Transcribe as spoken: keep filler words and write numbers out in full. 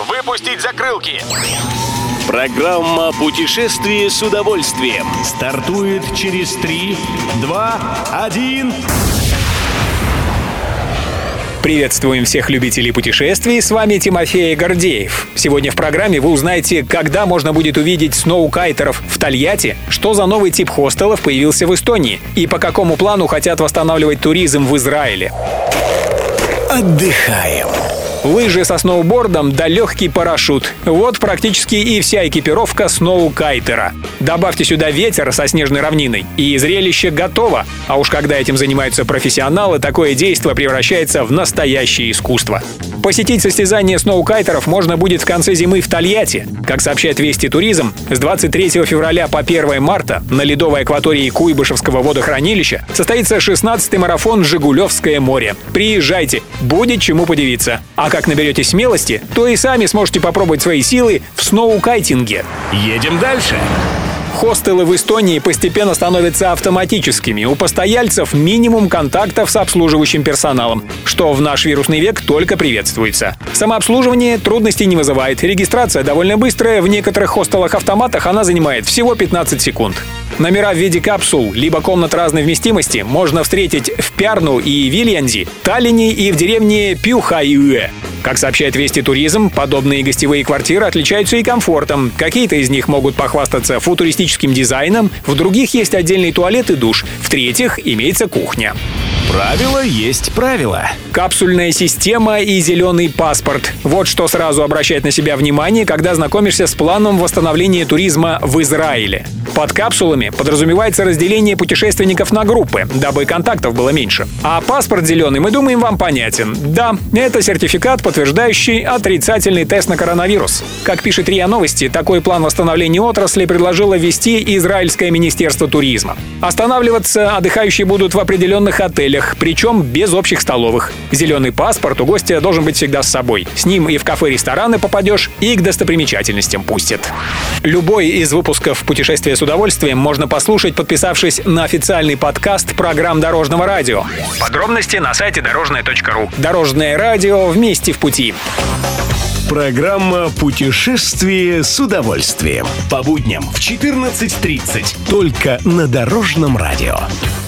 Выпустить закрылки. Программа «Путешествие с удовольствием» стартует через три, два, один. Приветствуем всех любителей путешествий, с вами Тимофей Гордеев. Сегодня в программе вы узнаете, когда можно будет увидеть сноукайтеров в Тольятти, что за новый тип хостелов появился в Эстонии и по какому плану хотят восстанавливать туризм в Израиле. Отдыхаем. Лыжи со сноубордом да легкий парашют. Вот практически и вся экипировка сноукайтера. Добавьте сюда ветер со снежной равниной, и зрелище готово. А уж когда этим занимаются профессионалы, такое действо превращается в настоящее искусство. Посетить состязание сноукайтеров можно будет в конце зимы в Тольятти. Как сообщает Вести Туризм, с двадцать третьего февраля по первое марта на ледовой акватории Куйбышевского водохранилища состоится шестнадцатый марафон «Жигулевское море». Приезжайте, будет чему подивиться. А как наберетесь смелости, то и сами сможете попробовать свои силы в сноукайтинге. Едем дальше. Хостелы в Эстонии постепенно становятся автоматическими. У постояльцев минимум контактов с обслуживающим персоналом, что в наш вирусный век только приветствуется. Самообслуживание трудностей не вызывает. Регистрация довольно быстрая. В некоторых хостелах-автоматах она занимает всего пятнадцать секунд. Номера в виде капсул, либо комнат разной вместимости можно встретить в Пярну и Вильянзи, Таллине и в деревне Пюхайюэ. Как сообщает Вести Туризм, подобные гостевые квартиры отличаются и комфортом. Какие-то из них могут похвастаться футуристическим дизайном, в других есть отдельный туалет и душ, в-третьих, имеется кухня. Правило есть правило. Капсульная система и зеленый паспорт. Вот что сразу обращает на себя внимание, когда знакомишься с планом восстановления туризма в Израиле. Под капсулами подразумевается разделение путешественников на группы, дабы контактов было меньше. А паспорт зеленый, мы думаем, вам понятен. Да, это сертификат, подтверждающий отрицательный тест на коронавирус. Как пишет РИА Новости, такой план восстановления отрасли предложило ввести Израильское министерство туризма. Останавливаться отдыхающие будут в определенных отелях, причем без общих столовых. Зеленый паспорт у гостя должен быть всегда с собой. С ним и в кафе-рестораны попадешь, и к достопримечательностям пустят. Любой из выпусков «Путешествия с удовольствием» можно послушать, подписавшись на официальный подкаст программ Дорожного радио. Подробности на сайте дорожное точка ру. Дорожное радио, вместе в пути. Программа «Путешествие с удовольствием». По будням в четырнадцать тридцать. Только на Дорожном радио.